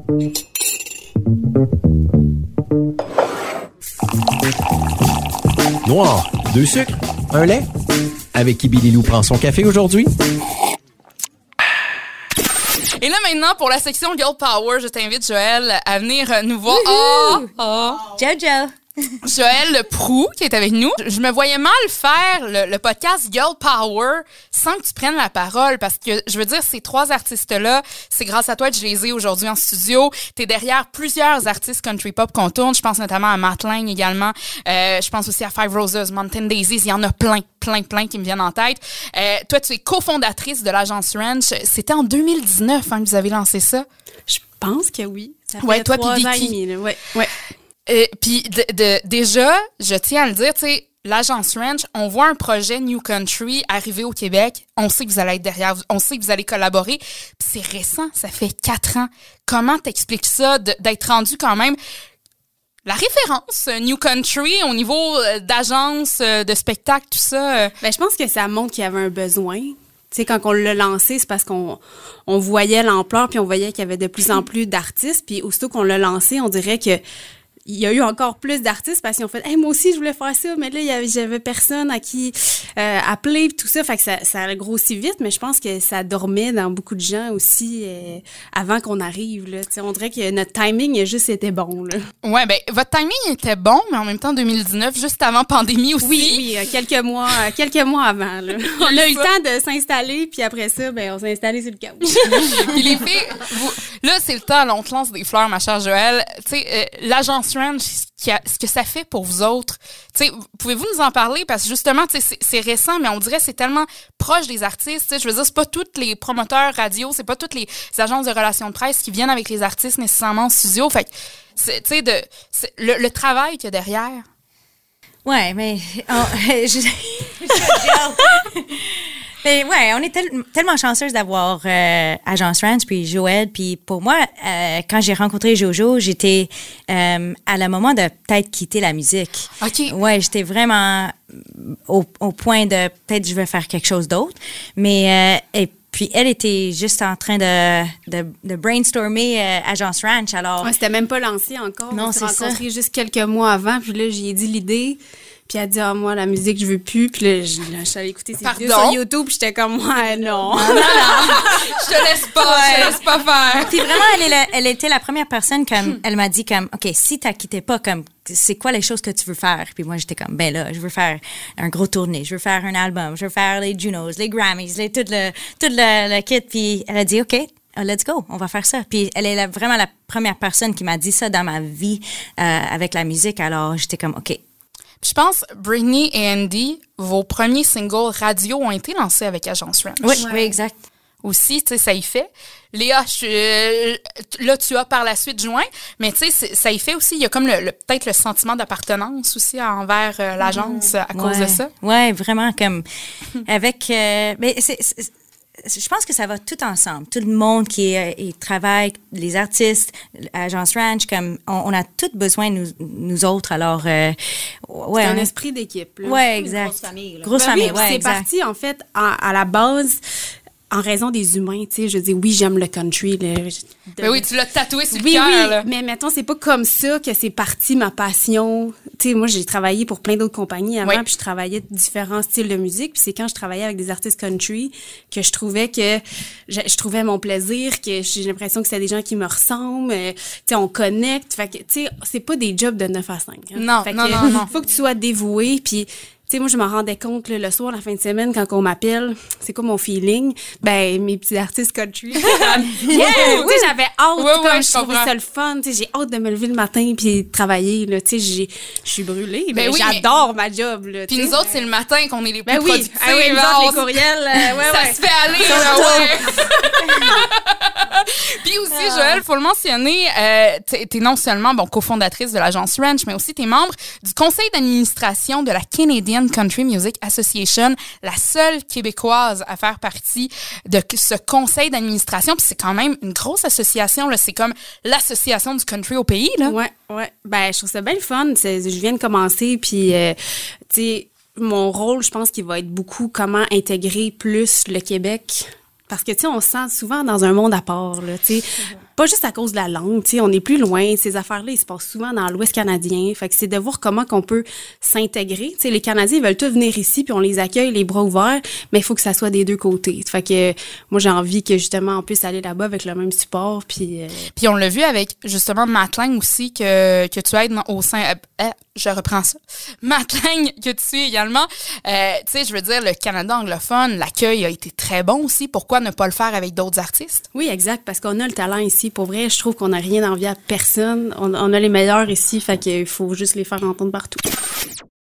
Noir, 2 sucres, 1 lait. Avec qui Billy Lou prend son café aujourd'hui? Et là, maintenant, pour la section Girl Power, je t'invite, Joël, à venir nous voir. Jojo. Joël Proux, qui est avec nous. Je me voyais mal faire le podcast Girl Power sans que tu prennes la parole, parce que, je veux dire, ces 3 artistes-là, c'est grâce à toi que je les ai aujourd'hui en studio. T'es derrière plusieurs artistes country pop qu'on tourne. Je pense notamment à Matt Lang également. Je pense aussi à Five Roses, Mountain Daisies. Il y en a plein qui me viennent en tête. Toi, tu es cofondatrice de l'agence Ranch. C'était en 2019 que vous avez lancé ça. Je pense que oui. Ça fait toi 3 puis ans et Vicky. demi. Ouais. Puis déjà, je tiens à le dire, tu sais, l'agence Ranch, on voit un projet New Country arriver au Québec. On sait que vous allez être derrière, on sait que vous allez collaborer. Puis c'est récent, ça fait 4 ans. Comment t'expliques ça d'être rendu quand même la référence New Country au niveau d'agence, de spectacle, tout ça? Ben, je pense que ça montre qu'il y avait un besoin. Tu sais, quand on l'a lancé, c'est parce qu'on voyait l'ampleur, puis on voyait qu'il y avait de plus en plus d'artistes. Puis aussitôt qu'on l'a lancé, on dirait que il y a eu encore plus d'artistes parce qu'ils ont fait hey, moi aussi je voulais faire ça, mais là j'avais personne à qui appeler, tout ça, fait que ça a grossi vite, mais je pense que ça dormait dans beaucoup de gens aussi avant qu'on arrive là. T'sais, on dirait que notre timing a juste été bon là. Ouais, ben votre timing était bon, mais en même temps 2019, juste avant pandémie aussi. Oui, quelques mois avant là. On a eu le temps de s'installer, puis après ça ben on s'est installé sur le chaos. Puis les filles, là c'est le temps, là, on te lance des fleurs ma chère Joël. Tu sais l'agence Ranch, ce que ça fait pour vous autres, tu sais, pouvez-vous nous en parler? Parce que justement, tu sais, c'est récent, mais on dirait que c'est tellement proche des artistes. Tu sais, je veux dire, c'est pas tous les promoteurs radio, c'est pas toutes les agences de relations de presse qui viennent avec les artistes nécessairement en studio. Fait que, tu sais, le travail qu'il y a derrière. Ouais, mais mais ouais, on est tellement chanceuse d'avoir Agence Ranch puis Joël. Puis pour moi, quand j'ai rencontré Jojo, j'étais à le moment de peut-être quitter la musique. OK. Ouais, j'étais vraiment au point de peut-être je vais faire quelque chose d'autre. Mais et puis elle était juste en train de brainstormer Agence Ranch. Alors c'était même pas lancé encore. Non, on s'est c'est rencontrés juste quelques mois avant. Puis là, j'y ai dit l'idée. Puis elle a dit, moi, la musique, je veux plus. Puis là, je suis allée écouter ses vidéos sur YouTube. Puis j'étais comme, ouais, non. Je te laisse pas faire. Puis vraiment, elle était la première personne comme, elle m'a dit comme, OK, si t'as quitté pas, comme, c'est quoi les choses que tu veux faire? Puis moi, j'étais comme, ben là, je veux faire un gros tournée, je veux faire un album, je veux faire les Junos, les Grammys, tout le kit. Puis elle a dit, OK, let's go, on va faire ça. Puis elle est vraiment la première personne qui m'a dit ça dans ma vie avec la musique. Alors, j'étais comme, OK. Je pense, Britney et Andy, vos premiers singles radio ont été lancés avec Agence Ranch. Oui, exact. Aussi, tu sais, ça y fait. Léa, là, tu as par la suite joint, mais tu sais, ça y fait aussi. Il y a comme peut-être le sentiment d'appartenance aussi envers l'agence à cause de ça. Oui, vraiment, comme avec... mais je pense que ça va tout ensemble. Tout le monde qui travaille, les artistes, Agence Ranch, comme on a tous besoin nous autres. Alors, c'est un esprit d'équipe. Oui, exact. Une grosse famille. Grosse famille, oui, c'est exact. parti, en fait, à la base... En raison des humains, tu sais, je dis oui, j'aime le country. Mais oui, tu l'as tatoué sur le cœur. Oui, là. Mais mettons, c'est pas comme ça que c'est parti ma passion. Tu sais, moi, j'ai travaillé pour plein d'autres compagnies avant, puis je travaillais différents styles de musique. Puis c'est quand je travaillais avec des artistes country que je trouvais que je trouvais mon plaisir, que j'ai l'impression que c'est des gens qui me ressemblent. Tu sais, on connecte. Fait que, tu sais, c'est pas des jobs de 9 à 5. Hein. Non, fait non. Faut que tu sois dévoué, puis... Tu sais, moi, je me rendais compte le soir, la fin de semaine, quand on m'appelle, c'est quoi mon feeling? Ben, mes petits artistes country. Tu sais, j'avais hâte, comme je trouvais ça le fun. Tu sais, j'ai hâte de me lever le matin puis de travailler. Là, tu sais, je suis brûlée, mais j'adore ma job. Là, puis nous autres, c'est le matin qu'on est les plus productifs. Ah oui, nous autres, les courriels, ça se fait aller. Puis aussi, Joël, faut le mentionner, t'es non seulement cofondatrice de l'agence Ranch, mais aussi t'es membre du conseil d'administration de la Canadian Country Music Association, la seule québécoise à faire partie de ce conseil d'administration. Puis c'est quand même une grosse association, là. C'est comme l'association du country au pays, là. Ouais. Ben, je trouve ça bien le fun. Je viens de commencer, puis, tu sais, mon rôle, je pense qu'il va être beaucoup comment intégrer plus le Québec. Parce que, tu sais, on se sent souvent dans un monde à part, là, tu sais. pas juste à cause de la langue, tu sais, on est plus loin. Ces affaires-là, ils se passent souvent dans l'Ouest canadien. Fait que c'est de voir comment qu'on peut s'intégrer. Tu sais, les Canadiens, ils veulent tous venir ici, puis on les accueille les bras ouverts, mais il faut que ça soit des deux côtés. Fait que moi, j'ai envie que justement, on puisse aller là-bas avec le même support. Puis on l'a vu avec justement Matt Lang aussi, que tu aides au sein... je reprends ça. Matt Lang, que tu suis également. Tu sais, je veux dire, le Canada anglophone, l'accueil a été très bon aussi. Pourquoi ne pas le faire avec d'autres artistes? Oui, exact, parce qu'on a le talent ici. Pour vrai, je trouve qu'on n'a rien d'envie à personne. On a les meilleurs ici, fait qu'il faut juste les faire entendre partout.